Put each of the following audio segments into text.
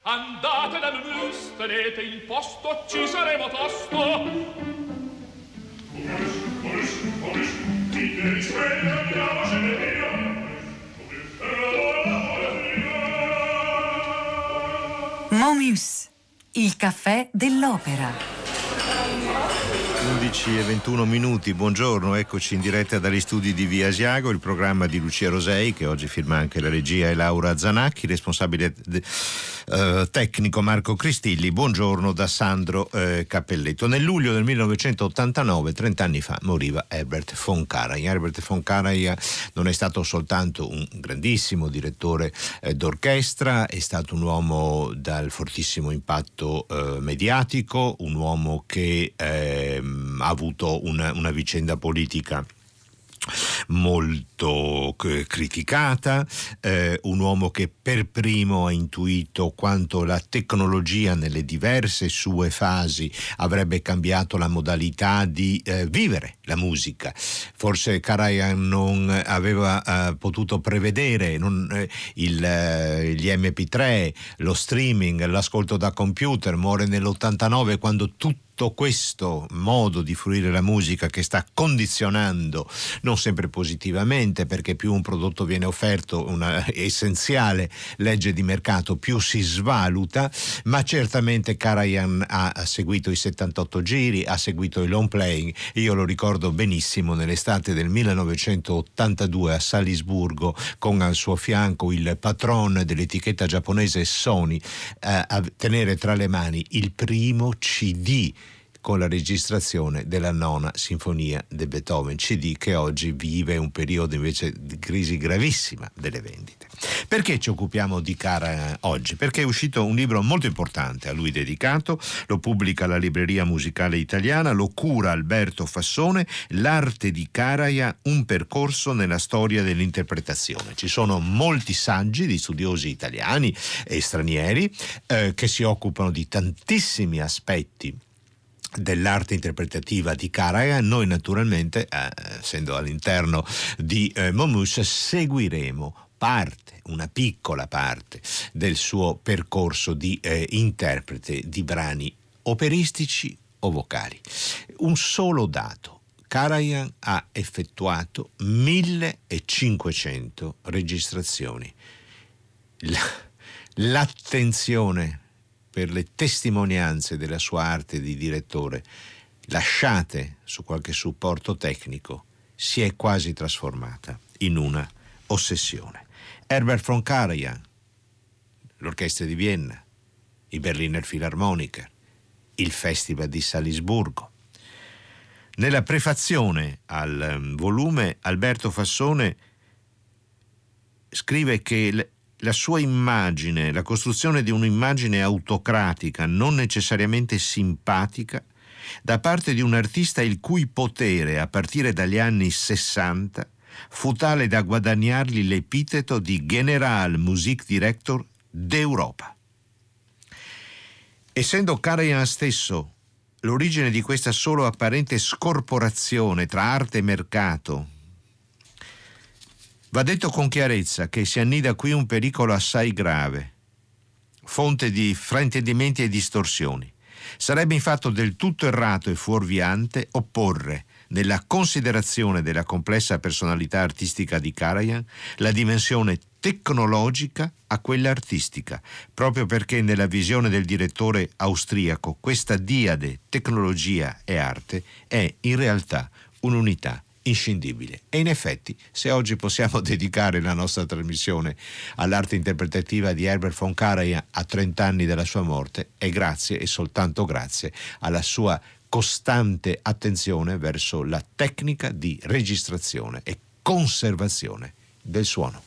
Andate da Momus, tenete il posto, ci saremo tosto. Momus, dite risveglio, andiamocene via. Momus, il caffè dell'opera. 11:21. Buongiorno, eccoci in diretta dagli studi di Via Asiago, il programma di Lucia Rosei, che oggi firma anche la regia, e Laura Zanacchi, responsabile tecnico Marco Cristilli. Buongiorno da Sandro Cappelletto. Nel luglio del 1989, 30 anni fa, moriva Herbert von Karajan. Herbert von Karajan non è stato soltanto un grandissimo direttore d'orchestra, è stato un uomo dal fortissimo impatto mediatico, un uomo che ha avuto una vicenda politica molto criticata, un uomo che per primo ha intuito quanto la tecnologia nelle diverse sue fasi avrebbe cambiato la modalità di vivere la musica. Forse Karajan non aveva potuto prevedere gli MP3, lo streaming, l'ascolto da computer. Muore nell'89 quando tutto questo modo di fruire la musica, che sta condizionando non sempre positivamente, perché più un prodotto viene offerto, una essenziale legge di mercato, più si svaluta. Ma certamente Karajan ha seguito i 78 giri, ha seguito il long playing. Io lo ricordo benissimo nell'estate del 1982 a Salisburgo, con al suo fianco il patron dell'etichetta giapponese Sony, a tenere tra le mani il primo CD con la registrazione della Nona Sinfonia di Beethoven, CD che oggi vive un periodo invece di crisi gravissima delle vendite. Perché ci occupiamo di Karajan oggi? Perché è uscito un libro molto importante a lui dedicato, lo pubblica la Libreria Musicale Italiana, lo cura Alberto Fassone, L'arte di Karajan, un percorso nella storia dell'interpretazione. Ci sono molti saggi di studiosi italiani e stranieri che si occupano di tantissimi aspetti dell'arte interpretativa di Karajan. Noi naturalmente, essendo all'interno di Momus, seguiremo una piccola parte del suo percorso di interprete di brani operistici o vocali. Un solo dato: Karajan ha effettuato 1500 registrazioni. L'attenzione per le testimonianze della sua arte di direttore lasciate su qualche supporto tecnico si è quasi trasformata in una ossessione. Herbert von Karajan, l'Orchestra di Vienna, i Berliner Philharmoniker, il Festival di Salisburgo. Nella prefazione al volume, Alberto Fassone scrive che la sua immagine, la costruzione di un'immagine autocratica, non necessariamente simpatica, da parte di un artista il cui potere, a partire dagli anni 60, fu tale da guadagnargli l'epiteto di Generalmusikdirektor d'Europa. Essendo Karajan stesso l'origine di questa solo apparente scorporazione tra arte e mercato, va detto con chiarezza che si annida qui un pericolo assai grave, fonte di fraintendimenti e distorsioni. Sarebbe infatti del tutto errato e fuorviante opporre, nella considerazione della complessa personalità artistica di Karajan, la dimensione tecnologica a quella artistica, proprio perché nella visione del direttore austriaco questa diade tecnologia e arte è in realtà un'unità inscindibile. E in effetti, se oggi possiamo dedicare la nostra trasmissione all'arte interpretativa di Herbert von Karajan a 30 anni dalla sua morte, è grazie e soltanto grazie alla sua costante attenzione verso la tecnica di registrazione e conservazione del suono.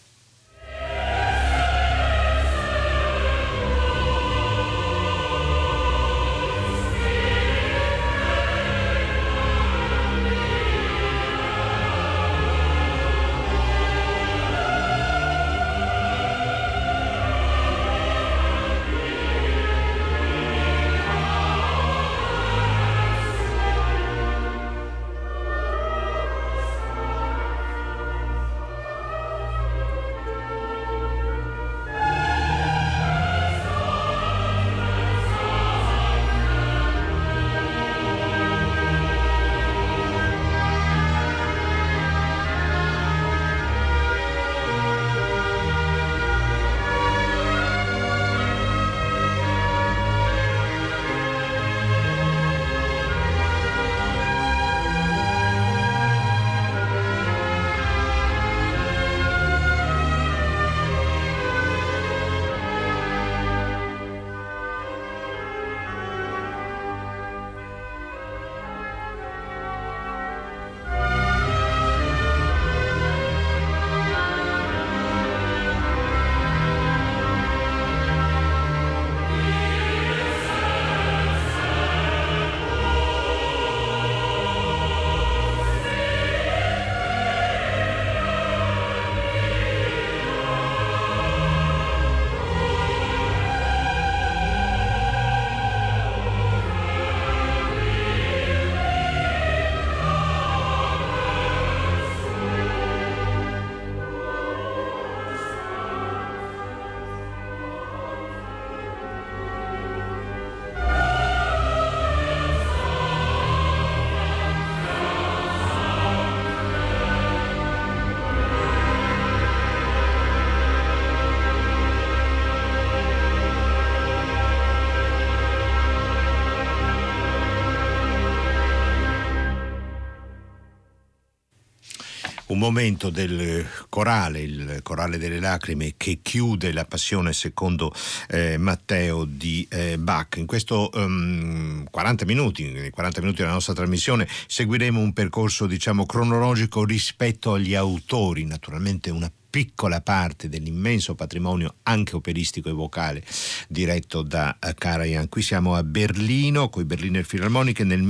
Un momento del corale, il corale delle lacrime, che chiude la Passione secondo Matteo di Bach. In questo 40 minuti della nostra trasmissione seguiremo un percorso, diciamo, cronologico rispetto agli autori, naturalmente una piccola parte dell'immenso patrimonio anche operistico e vocale diretto da Karajan. Qui siamo a Berlino con i Berliner Philharmonic nel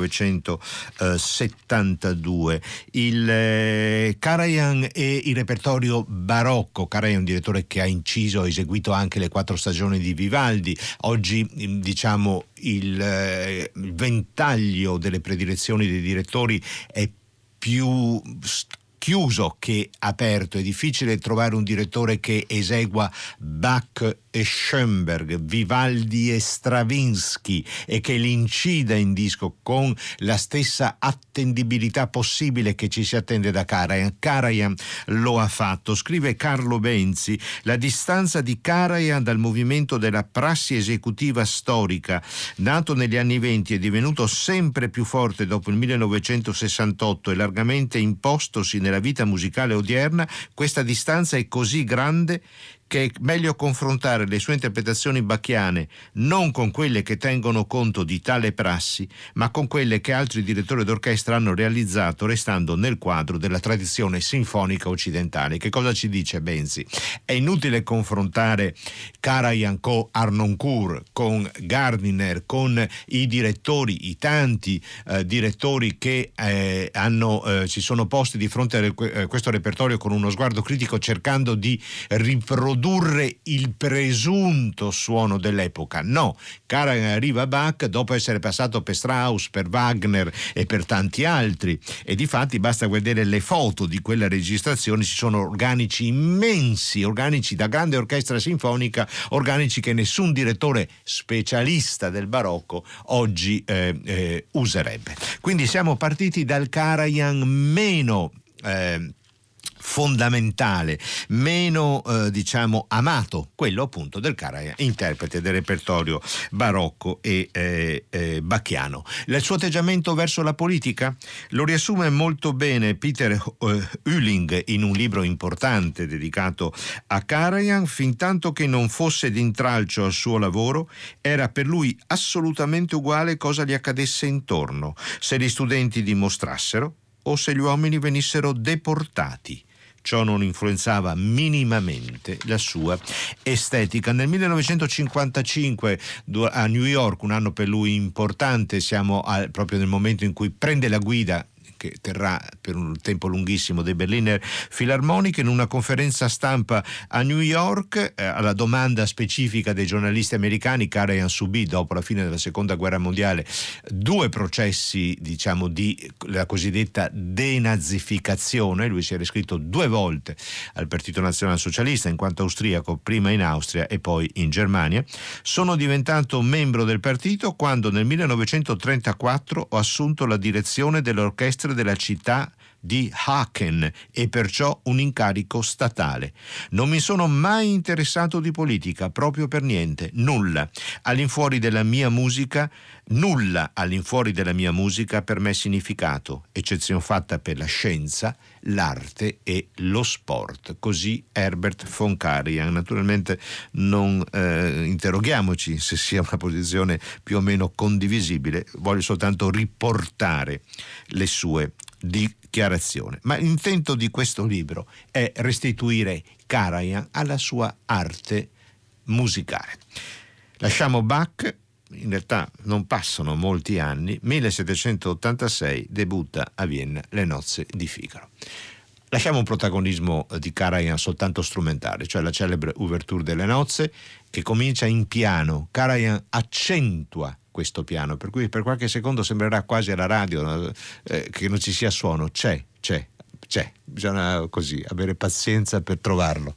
1972. Il Karajan e il repertorio barocco. Karajan è un direttore che ha inciso, ha eseguito anche le 4 stagioni di Vivaldi. Oggi, diciamo, il ventaglio delle predilezioni dei direttori è più chiuso che aperto. È difficile trovare un direttore che esegua Bach e Schoenberg, Vivaldi e Stravinsky, e che li incida in disco con la stessa attendibilità possibile che ci si attende da Karajan. Karajan lo ha fatto. Scrive Carlo Benzi: la distanza di Karajan dal movimento della prassi esecutiva storica, nato negli anni 20 e divenuto sempre più forte dopo il 1968 e largamente impostosi nella vita musicale odierna, questa distanza è così grande che è meglio confrontare le sue interpretazioni bacchiane non con quelle che tengono conto di tale prassi, ma con quelle che altri direttori d'orchestra hanno realizzato, restando nel quadro della tradizione sinfonica occidentale. Che cosa ci dice Benzi? È inutile confrontare Karajan con Harnoncourt, con Gardiner, con i direttori, i tanti direttori che si sono posti di fronte a questo repertorio con uno sguardo critico, cercando di riprodurre il presunto suono dell'epoca. No, Karajan arriva a Bach dopo essere passato per Strauss, per Wagner e per tanti altri, e difatti basta vedere le foto di quella registrazione. Ci sono organici immensi, organici da grande orchestra sinfonica, organici che nessun direttore specialista del barocco oggi userebbe. Quindi siamo partiti dal Karajan meno fondamentale, meno diciamo amato, quello appunto del Karajan, interprete del repertorio barocco e bacchiano. Il suo atteggiamento verso la politica lo riassume molto bene Peter Hüling in un libro importante dedicato a Karajan. Fintanto che non fosse d'intralcio al suo lavoro, era per lui assolutamente uguale cosa gli accadesse intorno, se gli studenti dimostrassero o se gli uomini venissero deportati. Ciò non influenzava minimamente la sua estetica. Nel 1955 a New York, un anno per lui importante, siamo proprio nel momento in cui prende la guida, che terrà per un tempo lunghissimo, dei Berliner Philharmonic. In una conferenza stampa a New York, alla domanda specifica dei giornalisti americani, Karajan subì dopo la fine della seconda guerra mondiale 2 processi, diciamo, di la cosiddetta denazificazione. Lui si era iscritto 2 volte al Partito Nazionalsocialista in quanto austriaco, prima in Austria e poi in Germania. Sono diventato membro del partito quando nel 1934 ho assunto la direzione dell'orchestra della città di Aachen e perciò un incarico statale. Non mi sono mai interessato di politica, proprio per niente, nulla all'infuori della mia musica per me significato, eccezione fatta per la scienza, l'arte e lo sport. Così Herbert von Karajan. Naturalmente non interroghiamoci se sia una posizione più o meno condivisibile, voglio soltanto riportare le sue dichiarazioni. Ma l'intento di questo libro è restituire Karajan alla sua arte musicale. Lasciamo Bach. In realtà non passano molti anni, 1786 debutta a Vienna Le nozze di Figaro. Lasciamo un protagonismo di Karajan soltanto strumentale, cioè la celebre ouverture delle nozze, che comincia in piano. Karajan accentua questo piano, per cui per qualche secondo sembrerà quasi alla radio che non ci sia suono. C'è, bisogna così avere pazienza per trovarlo.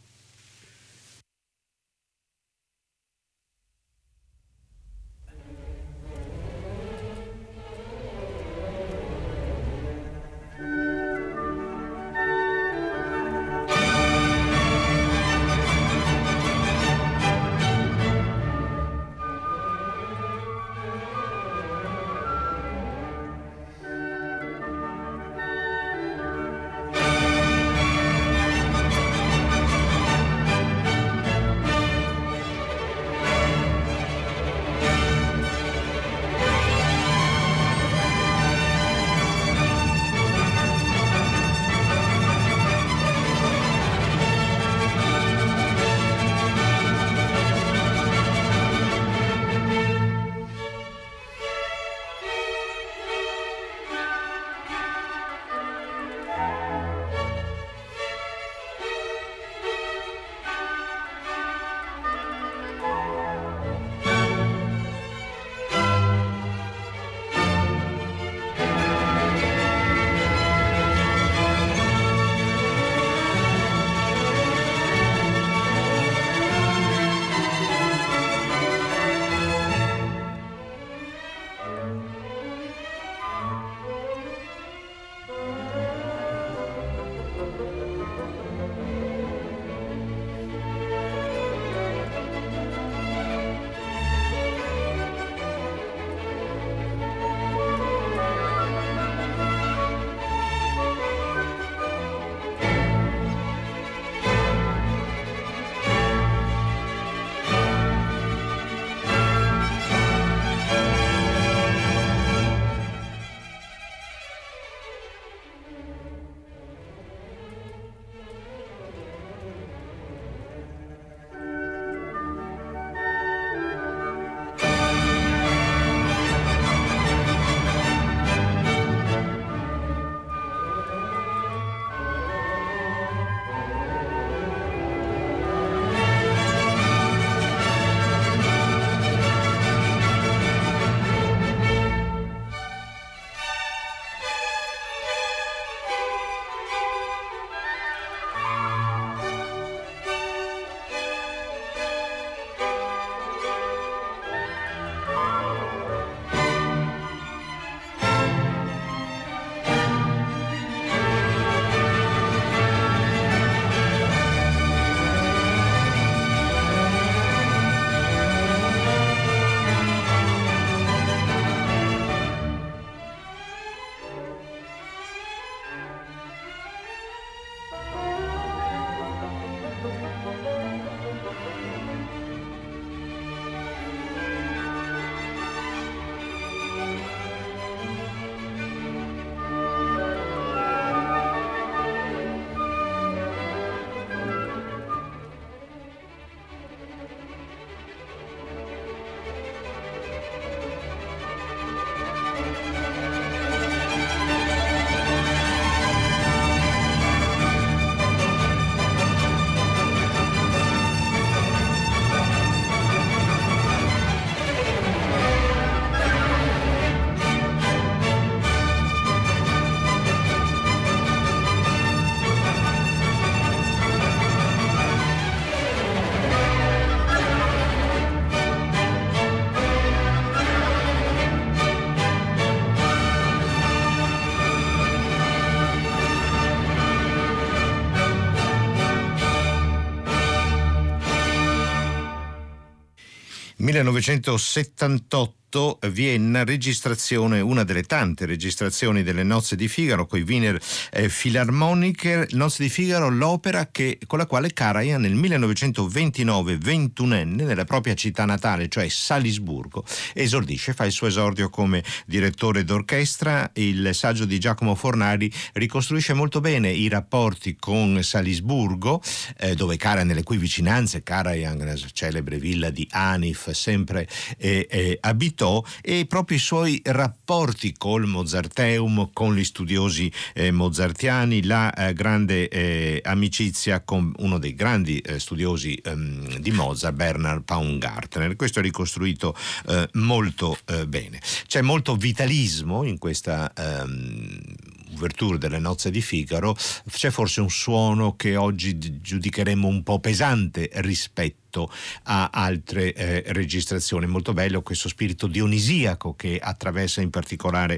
1978 Vienna, registrazione, una delle tante registrazioni delle Nozze di Figaro con i Wiener Philharmoniker. Nozze di Figaro, l'opera con la quale Karajan nel 1929, 21enne, nella propria città natale, cioè Salisburgo, esordisce, fa il suo esordio come direttore d'orchestra. Il saggio di Giacomo Fornari ricostruisce molto bene i rapporti con Salisburgo, dove Karajan, nelle cui vicinanze Karajan, la celebre villa di Anif, sempre abitò, e proprio i suoi rapporti col Mozarteum, con gli studiosi mozartiani, la grande amicizia con uno dei grandi studiosi di Mozart, Bernard Paumgartner. Questo è ricostruito molto bene. C'è molto vitalismo in questa ouverture delle Nozze di Figaro. C'è forse un suono che oggi giudicheremo un po' pesante rispetto a altre registrazioni. Molto bello questo spirito dionisiaco che attraversa in particolare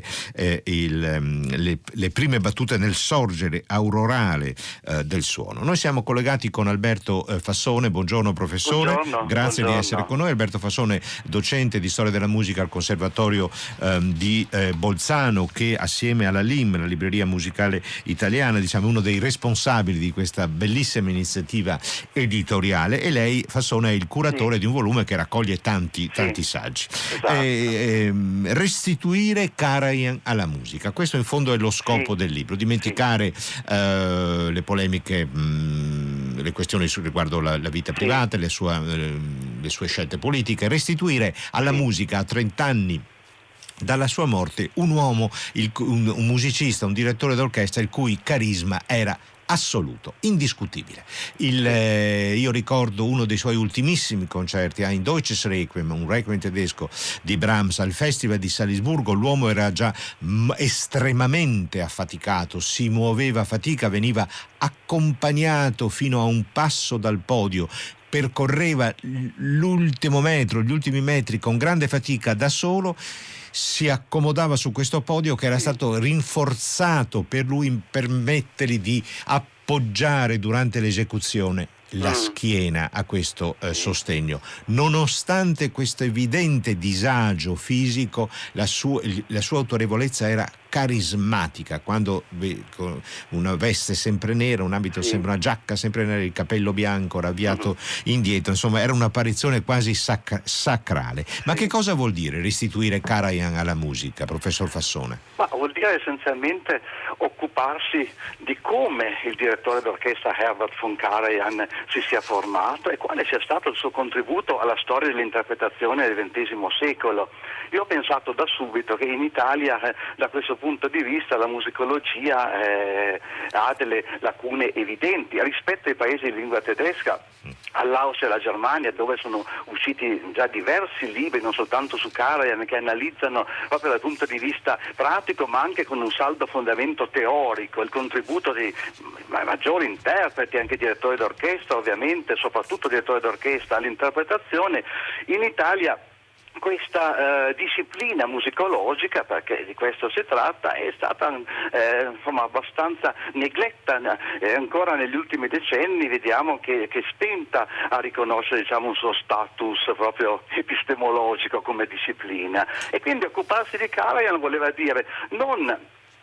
le prime battute nel sorgere aurorale del suono. Noi siamo collegati con Alberto Fassone. Buongiorno professore. Grazie di essere con noi. Alberto Fassone, docente di storia della musica al Conservatorio di Bolzano, che assieme alla LIM, la libreria musicale italiana, diciamo uno dei responsabili di questa bellissima iniziativa editoriale, e lei Fassone è il curatore di un volume che raccoglie tanti saggi. Esatto. Restituire Karajan alla musica, questo in fondo è lo scopo del libro, dimenticare le polemiche, le questioni riguardo la vita privata, le sue scelte politiche, restituire alla musica a 30 anni dalla sua morte un uomo, un musicista, un direttore d'orchestra il cui carisma era assoluto, indiscutibile. Io ricordo uno dei suoi ultimissimi concerti, Ein Deutsches Requiem, un requiem tedesco di Brahms al Festival di Salisburgo. L'uomo era già estremamente affaticato, si muoveva a fatica, veniva accompagnato fino a un passo dal podio, percorreva l'ultimo metro, gli ultimi metri con grande fatica da solo, si accomodava su questo podio che era stato rinforzato per lui, permettergli di appoggiare durante l'esecuzione la schiena a questo sostegno. Nonostante questo evidente disagio fisico, la sua autorevolezza era carismatica. Quando con una veste sempre nera, un abito sempre, una giacca sempre nera, il capello bianco ravviato indietro, insomma era un'apparizione quasi sacrale. Ma che cosa vuol dire restituire Karajan alla musica, professor Fassone? Ma vuol dire essenzialmente occuparsi di come il direttore d'orchestra Herbert von Karajan si sia formato e quale sia stato il suo contributo alla storia dell'interpretazione del XX secolo. Io ho pensato da subito che in Italia da questo punto di vista la musicologia ha delle lacune evidenti rispetto ai paesi di lingua tedesca, all'Austria e alla Germania, dove sono usciti già diversi libri, non soltanto su Karajan, che analizzano proprio dal punto di vista pratico, ma anche con un saldo fondamento teorico, il contributo di maggiori interpreti, anche direttori d'orchestra ovviamente, soprattutto direttori d'orchestra, all'interpretazione. In Italia questa disciplina musicologica, perché di questo si tratta, è stata abbastanza negletta, ancora negli ultimi decenni vediamo che è spenta a riconoscere un suo status proprio epistemologico come disciplina, e quindi occuparsi di Karajan voleva dire non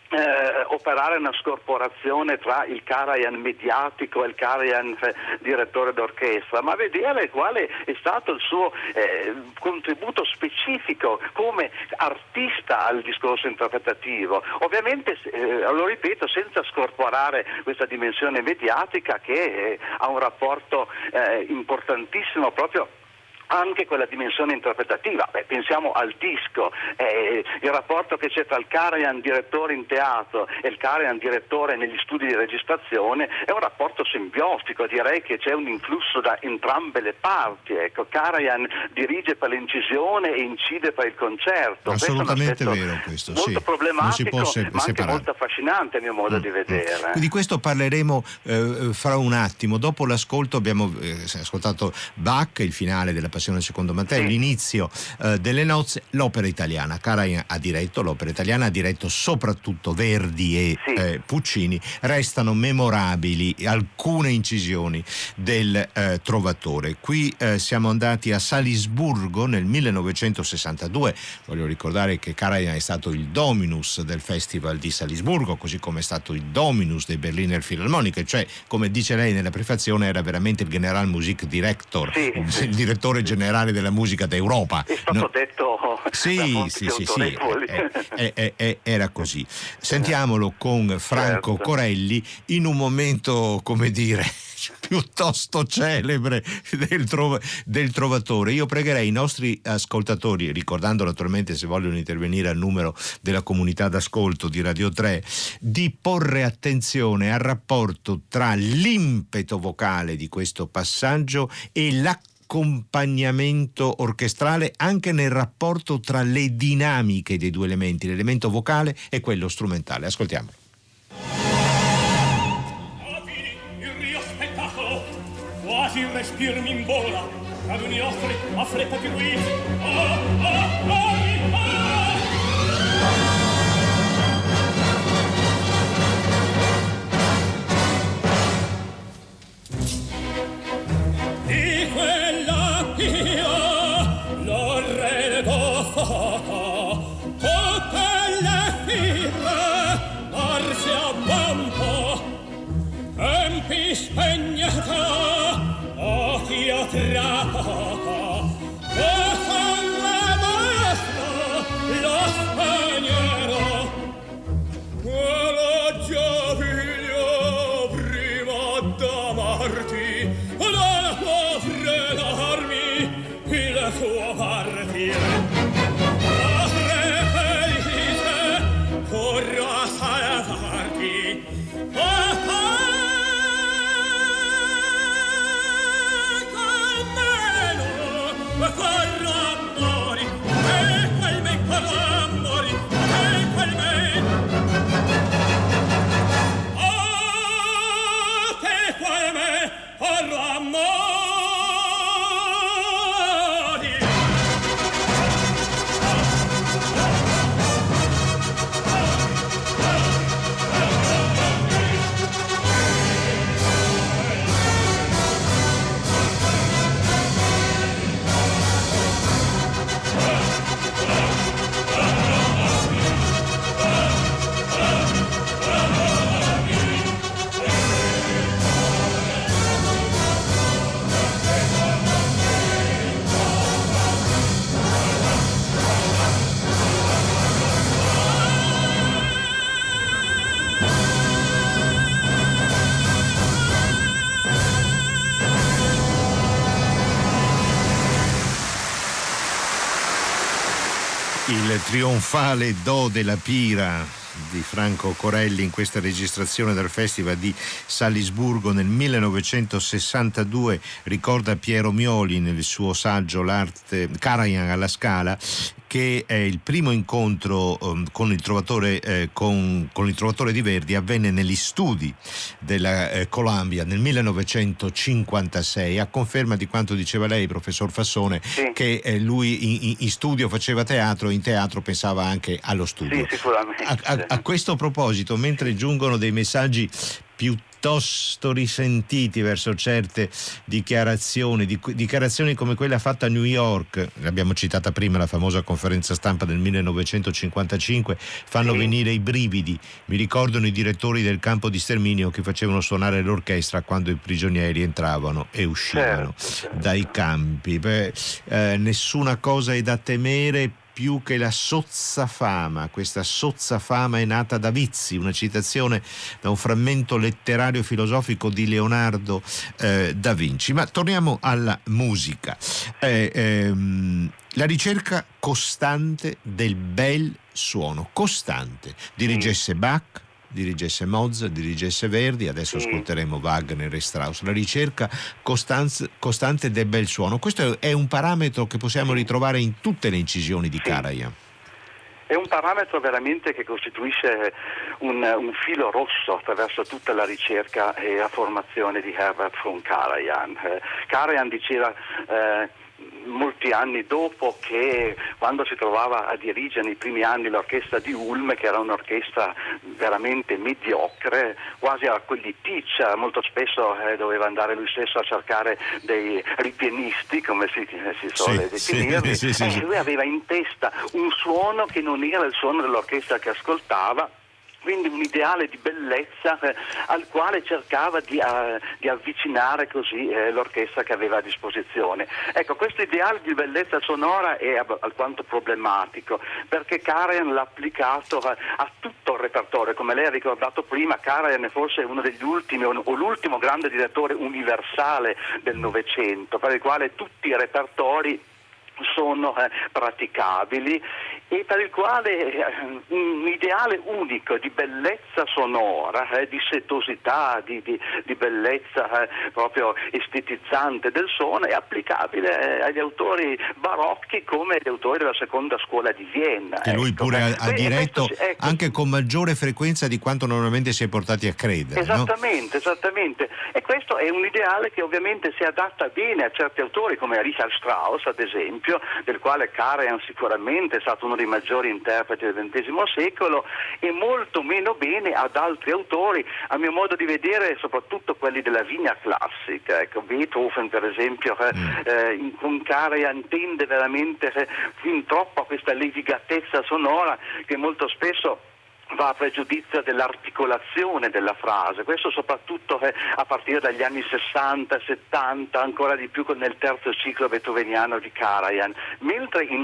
operare una scorporazione tra il Karajan mediatico e il Karajan direttore d'orchestra, ma vedere quale è stato il suo contributo specifico come artista al discorso interpretativo. Ovviamente, lo ripeto, senza scorporare questa dimensione mediatica che ha un rapporto importantissimo proprio anche quella dimensione interpretativa. Pensiamo al disco, il rapporto che c'è tra il Karajan direttore in teatro e il Karajan direttore negli studi di registrazione è un rapporto simbiotico, direi che c'è un influsso da entrambe le parti. Karajan dirige per l'incisione e incide per il concerto. Assolutamente vero questo, molto problematico, non si può ma anche molto affascinante a mio modo di vedere. Di questo parleremo fra un attimo. Dopo l'ascolto abbiamo ascoltato Bach, il finale della Passione secondo Matteo, Sì. l'inizio delle nozze, l'opera italiana. Karajan ha diretto l'opera italiana, ha diretto soprattutto Verdi e Sì. Puccini. Restano memorabili alcune incisioni del Trovatore. Qui siamo andati a Salisburgo nel 1962. Voglio ricordare che Karajan è stato il dominus del Festival di Salisburgo, così come è stato il dominus dei Berliner Philharmoniker, cioè, come dice lei nella prefazione, era veramente il Generalmusikdirektor, Sì. il direttore generale della musica d'Europa. È stato detto da Sì, fonti autorevoli. era così. Sentiamolo con Franco Certo. Corelli in un momento, come dire, piuttosto celebre del Trovatore. Io pregherei i nostri ascoltatori, ricordando naturalmente, se vogliono intervenire al numero della comunità d'ascolto di Radio 3, di porre attenzione al rapporto tra l'impeto vocale di questo passaggio e l'accompagnamento orchestrale, anche nel rapporto tra le dinamiche dei due elementi, l'elemento vocale e quello strumentale. Ascoltiamo. Il rio spettacolo, quasi il respiro mi imbola, raduni nostri, affrettati qui. Di quella pia, l'orrego foco, tutte le fibre, arsi a vampo, tempi spegnata, occhi a trapoco, cosa la maestra, lo spaniero, quella gioviglia prima d'amarti, non può fregarmi il suo partire. Ore felice, corro a salvarti, corro amori, e quel me corro amori, e quel me. Oh, che quel me corro amori. Il trionfale Do della Pira di Franco Corelli in questa registrazione del Festival di Salisburgo nel 1962, ricorda Piero Mioli nel suo saggio L'arte Karajan alla Scala, che è il primo incontro con il Trovatore di Verdi avvenne negli studi della Columbia nel 1956, a conferma di quanto diceva lei, professor Fassone, Sì. che lui in studio faceva teatro e in teatro pensava anche allo studio. Sì, sicuramente. A questo proposito, mentre giungono dei messaggi piuttosto risentiti verso certe dichiarazioni come quella fatta a New York, l'abbiamo citata prima, la famosa conferenza stampa del 1955, fanno venire i brividi. Mi ricordano i direttori del campo di sterminio che facevano suonare l'orchestra quando i prigionieri entravano e uscivano dai campi. Nessuna cosa è da temere più che la sozza fama. Questa sozza fama è nata da vizi, una citazione da un frammento letterario filosofico di Leonardo da Vinci. Ma torniamo alla musica. La ricerca costante del bel suono, costante. Dirigesse Bach, dirigesse Mozart, dirigesse Verdi, adesso ascolteremo Wagner e Strauss. La ricerca costante del bel suono, questo è un parametro che possiamo ritrovare in tutte le incisioni di Karajan. È un parametro veramente che costituisce un filo rosso attraverso tutta la ricerca e la formazione di Herbert von Karajan. Karajan diceva molti anni dopo, che quando si trovava a dirigere nei primi anni l'orchestra di Ulm, che era un'orchestra veramente mediocre, quasi acquiliticcia, molto spesso doveva andare lui stesso a cercare dei ripianisti, come si suole definirli. Lui aveva in testa un suono che non era il suono dell'orchestra che ascoltava, quindi un ideale di bellezza al quale cercava di avvicinare così l'orchestra che aveva a disposizione. Ecco, questo ideale di bellezza sonora è alquanto problematico, perché Karajan l'ha applicato a tutto il repertorio. Come lei ha ricordato prima, Karajan è forse uno degli ultimi o l'ultimo grande direttore universale del Novecento, per il quale tutti i repertori sono praticabili e per il quale un ideale unico di bellezza sonora, di setosità, di bellezza proprio estetizzante del suono è applicabile agli autori barocchi come agli autori della seconda scuola di Vienna. Che lui pure ha diretto anche con maggiore frequenza di quanto normalmente si è portati a credere. Esattamente, no? Esattamente. E questo è un ideale che ovviamente si adatta bene a certi autori come Richard Strauss, ad esempio, del quale Karajan sicuramente è stato uno dei maggiori interpreti del XX secolo, e molto meno bene ad altri autori, a mio modo di vedere, soprattutto quelli della Wiener classica. Ecco, Beethoven per esempio con Karajan tende veramente fin troppo a questa levigatezza sonora che molto spesso va a pregiudizio dell'articolazione della frase, questo soprattutto a partire dagli anni 60, 70, ancora di più nel terzo ciclo beethoveniano di Karajan, mentre in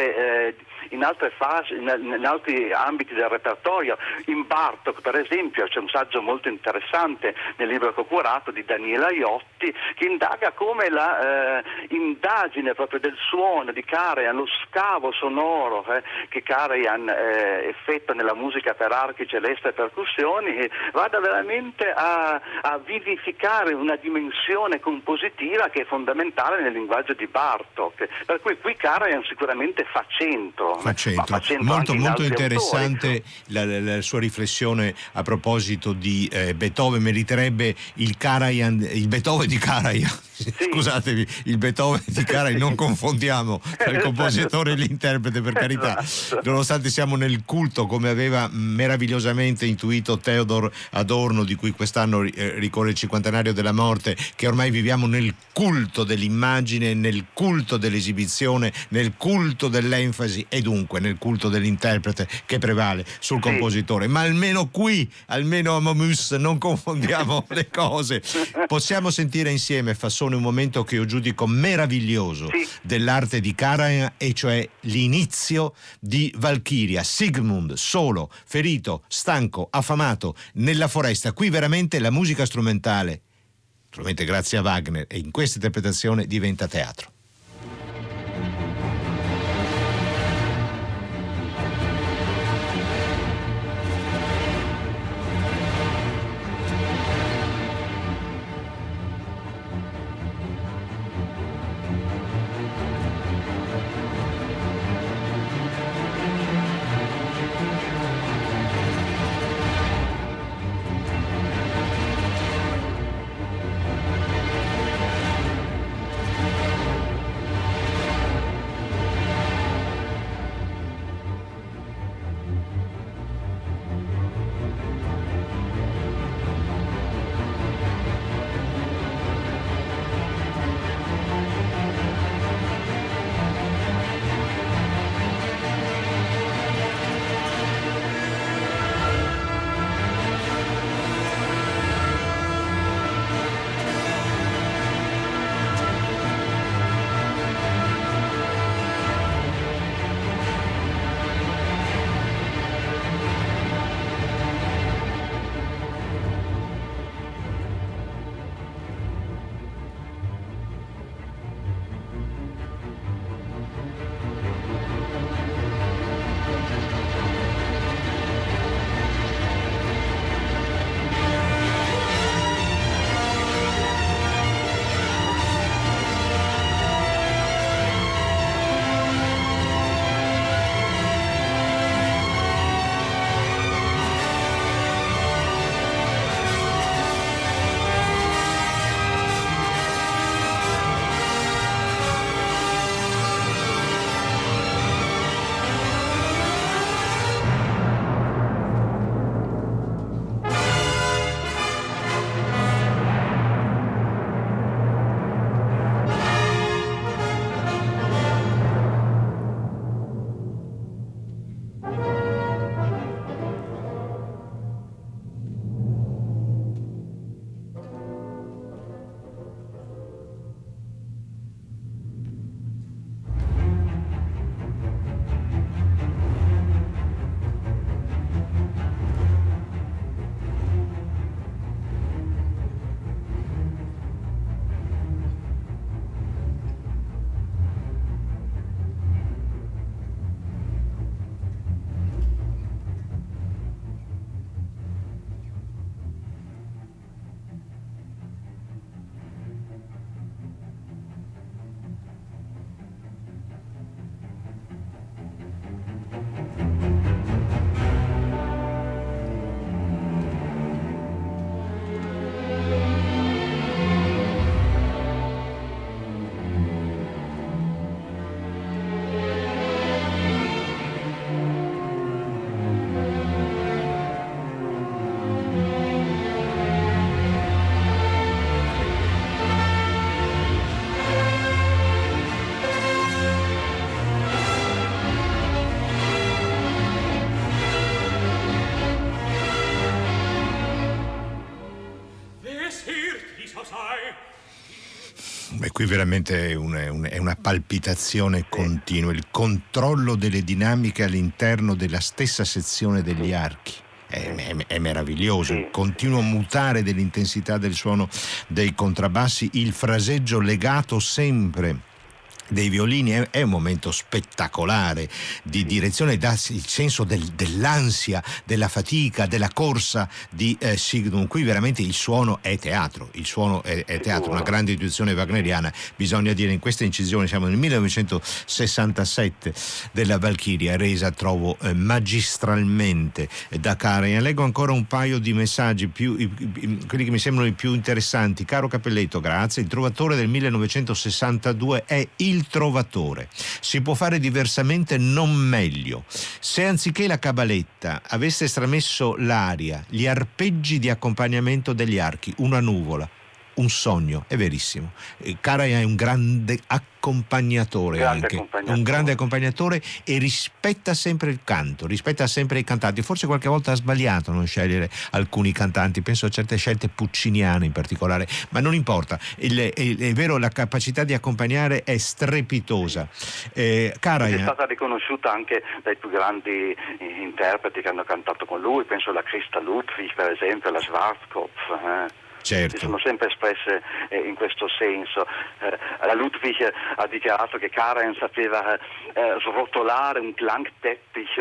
altre fasi, in altri ambiti del repertorio, in Bartók per esempio c'è un saggio molto interessante nel libro che ho curato di Daniela Iotti, che indaga come la indagine proprio del suono di Karajan, lo scavo sonoro che Karajan effettua nella musica per archi, celeste e percussioni, vada veramente a vivificare una dimensione compositiva che è fondamentale nel linguaggio di Bartók, per cui qui Karajan sicuramente fa centro. Molto interessante la sua riflessione a proposito di Beethoven. Meriterebbe il Beethoven di Karajan. Sì. Scusatevi, il Beethoven di Karajan, non confondiamo tra il compositore e l'interprete, per carità. Nonostante siamo nel culto, come aveva meravigliosamente intuito Theodor Adorno, di cui quest'anno ricorre il cinquantenario della morte, che ormai viviamo nel culto dell'immagine, nel culto dell'esibizione, nel culto dell'enfasi e dunque nel culto dell'interprete che prevale sul compositore. Ma almeno qui, almeno a Momus, non confondiamo le cose. Possiamo sentire insieme, Fassone, un momento che io giudico meraviglioso dell'arte di Karajan, e cioè l'inizio di Valchiria. Sigmund, solo, ferito, stanco, affamato, nella foresta. Qui veramente la musica strumentale, naturalmente grazie a Wagner, e in questa interpretazione diventa teatro. qui veramente è una palpitazione continua, il controllo delle dinamiche all'interno della stessa sezione degli archi. È meraviglioso, il continuo mutare dell'intensità del suono dei contrabbassi, il fraseggio legato sempre dei violini è un momento spettacolare di direzione, dà il senso dell'ansia, della fatica, della corsa di Siegmund. Qui veramente il suono è teatro, una grande intuizione wagneriana. Bisogna dire, in questa incisione siamo nel 1967 della Valchiria, resa trovo magistralmente da Karajan. Leggo ancora un paio di messaggi, quelli che mi sembrano i più interessanti. Caro Cappelletto, grazie. Il Trovatore del 1962 è il Trovatore. Si può fare diversamente, non meglio. Se anziché la cabaletta avesse estramesso l'aria, gli arpeggi di accompagnamento degli archi, una nuvola, un sogno, è verissimo. Karajan è un grande accompagnatore, un grande accompagnatore, e rispetta sempre il canto, rispetta sempre i cantanti. Forse qualche volta ha sbagliato a non scegliere alcuni cantanti, penso a certe scelte pucciniane in particolare, ma non importa, è vero, la capacità di accompagnare è strepitosa. Karajan è stata riconosciuta anche dai più grandi interpreti che hanno cantato con lui, penso alla Christa Ludwig per esempio, alla Schwarzkopf. Certo. Si sono sempre espresse in questo senso. La Ludwig ha dichiarato che Karajan sapeva srotolare un Klangteppich,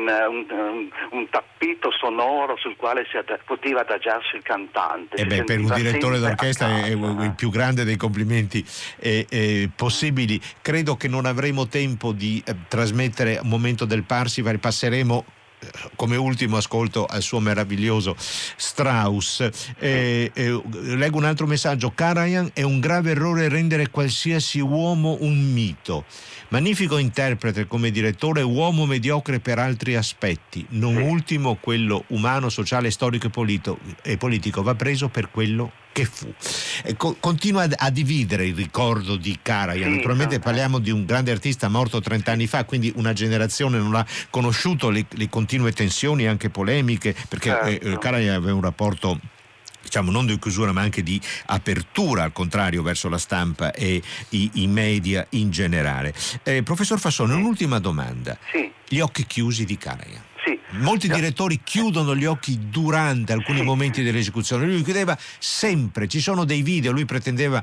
un tappeto sonoro sul quale poteva adagiarsi il cantante. Per un direttore d'orchestra è il più grande dei complimenti possibili. Credo che non avremo tempo di trasmettere un momento del Parsifal, passeremo come ultimo ascolto al suo meraviglioso Strauss. Leggo un altro messaggio. Karajan è un grave errore rendere qualsiasi uomo un mito. Magnifico interprete come direttore, uomo mediocre per altri aspetti, non ultimo quello umano, sociale, storico e politico. Va preso per quello che fu. Continua a dividere il ricordo di Karajan. Naturalmente parliamo di un grande artista morto 30 anni fa, quindi una generazione non ha conosciuto le continue tensioni, anche polemiche, perché Karajan aveva un rapporto, diciamo, non di chiusura ma anche di apertura, al contrario, verso la stampa e i media in generale. Professor Fassone, un'ultima domanda. Gli occhi chiusi di Karajan. Molti direttori chiudono gli occhi durante alcuni momenti dell'esecuzione, lui chiudeva sempre. Ci sono dei video, lui pretendeva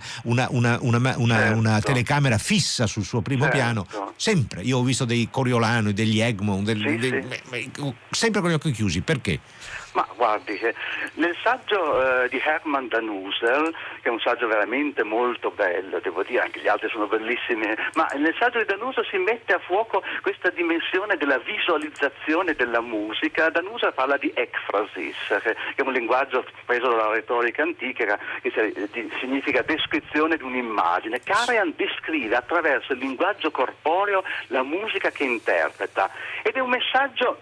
una telecamera fissa sul suo primo piano, sempre. Io ho visto dei Coriolano, degli Egmont, sempre con gli occhi chiusi. Perché? Ma guardi, nel saggio di Hermann Danusel, che è un saggio veramente molto bello, devo dire, anche gli altri sono bellissimi, ma nel saggio di Danusel si mette a fuoco questa dimensione della visualizzazione della musica. Danusel parla di ekphrasis, che è un linguaggio preso dalla retorica antica, che significa descrizione di un'immagine. Karajan descrive attraverso il linguaggio corporeo la musica che interpreta, ed è un messaggio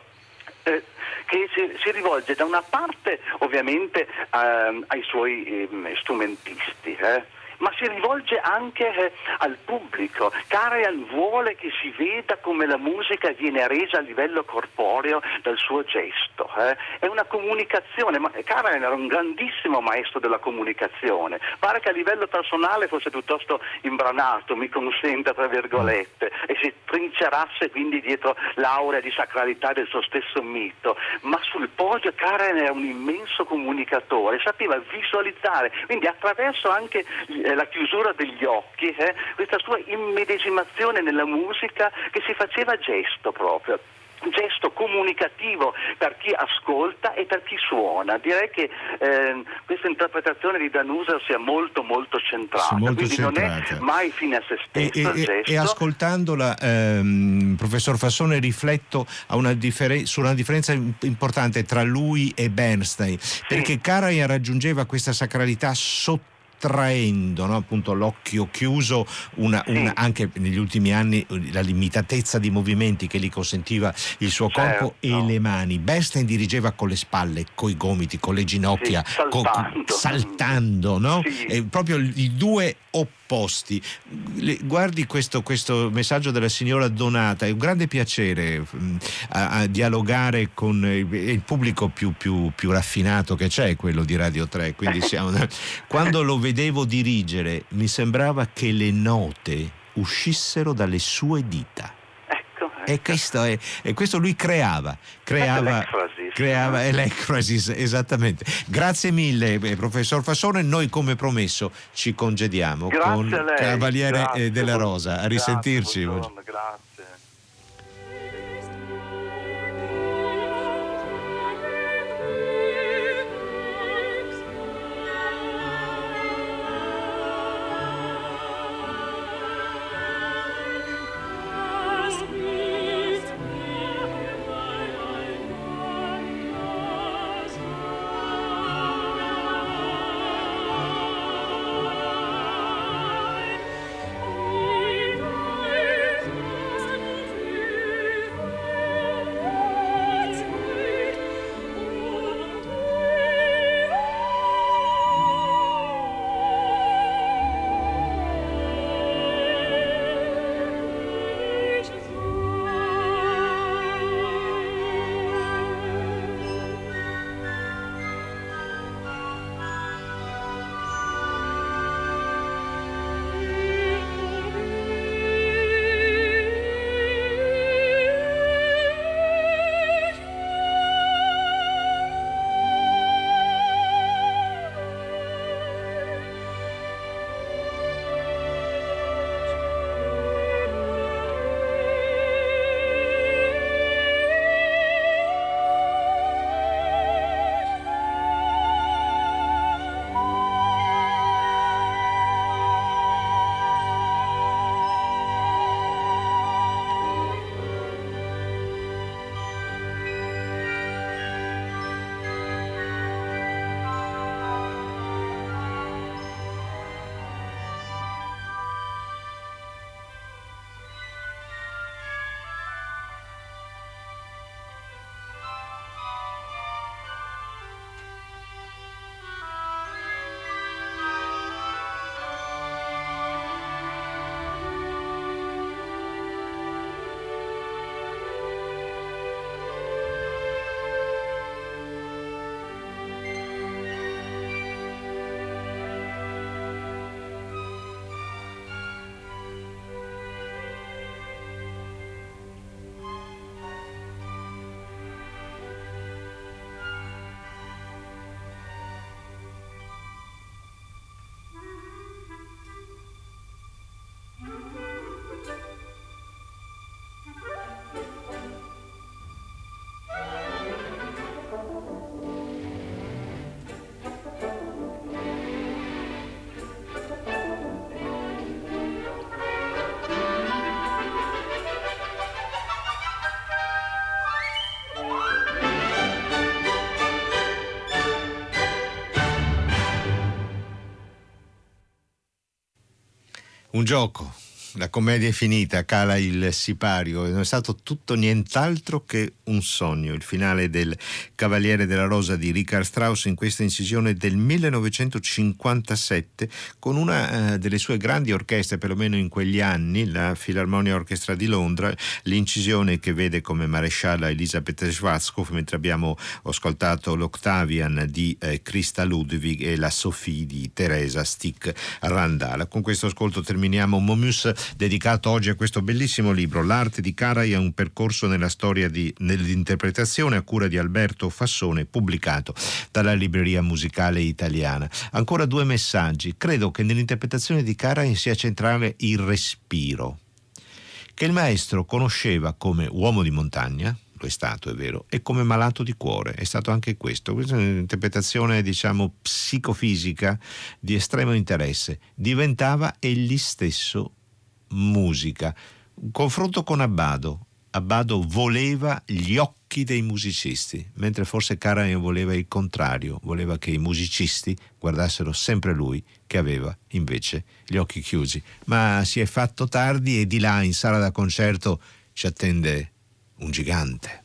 che si rivolge da una parte ovviamente ai suoi strumentisti, ma si rivolge anche al pubblico. Karajan vuole che si veda come la musica viene resa a livello corporeo dal suo gesto. È una comunicazione, ma Karajan era un grandissimo maestro della comunicazione. Pare che a livello personale fosse piuttosto imbranato, mi consenta tra virgolette, e si trincerasse quindi dietro l'aurea di sacralità del suo stesso mito, ma sul podio Karajan era un immenso comunicatore, sapeva visualizzare, quindi attraverso anche la chiusura degli occhi, questa sua immedesimazione nella musica che si faceva gesto proprio. Gesto comunicativo per chi ascolta e per chi suona. Direi che questa interpretazione di Danusel sia molto molto centrata, non è mai fine a se stesso il gesto. E ascoltandola, professor Fassone, rifletto su una differenza importante tra lui e Bernstein, perché Karajan raggiungeva questa sacralità sottraendo, no, appunto, l'occhio chiuso, anche negli ultimi anni la limitatezza di movimenti che gli consentiva il suo corpo e le mani. Bernstein dirigeva con le spalle, coi gomiti, con le ginocchia, saltando, no? Proprio i due opposti opposti. Guardi questo messaggio della signora Donata, è un grande piacere a dialogare con il pubblico più raffinato che c'è, quello di Radio 3, quindi quando lo vedevo dirigere mi sembrava che le note uscissero dalle sue dita. E questo lui creava l'ecfrasis, esattamente. Grazie mille, professor Fassone. Noi, come promesso, ci congediamo con Cavaliere della Rosa. A risentirci. Grazie. Un gioco, la commedia è finita, cala il sipario, non è stato tutto nient'altro che un sogno. Il finale del Cavaliere della Rosa di Richard Strauss in questa incisione del 1957 con una delle sue grandi orchestre, perlomeno in quegli anni, la Philharmonia Orchestra di Londra, l'incisione che vede come marescialla Elisabeth Schwarzkopf, mentre abbiamo ascoltato l'Octavian di Christa Ludwig e la Sophie di Teresa Stick-Randall. Con questo ascolto terminiamo Momus, dedicato oggi a questo bellissimo libro, L'arte di Karajan, un percorso nella storia nell'interpretazione, a cura di Alberto Fassone, pubblicato dalla Libreria Musicale Italiana. Ancora due messaggi. Credo che nell'interpretazione di Karajan sia centrale il respiro, che il maestro conosceva come uomo di montagna, lo è stato, è vero, e come malato di cuore. È stato anche questo. Questa è un'interpretazione, diciamo, psicofisica di estremo interesse. Diventava egli stesso musica. Un confronto con Abbado. Abbado voleva gli occhi dei musicisti, mentre forse Karajan voleva il contrario, voleva che i musicisti guardassero sempre lui, che aveva invece gli occhi chiusi. Ma si è fatto tardi e di là in sala da concerto ci attende un gigante.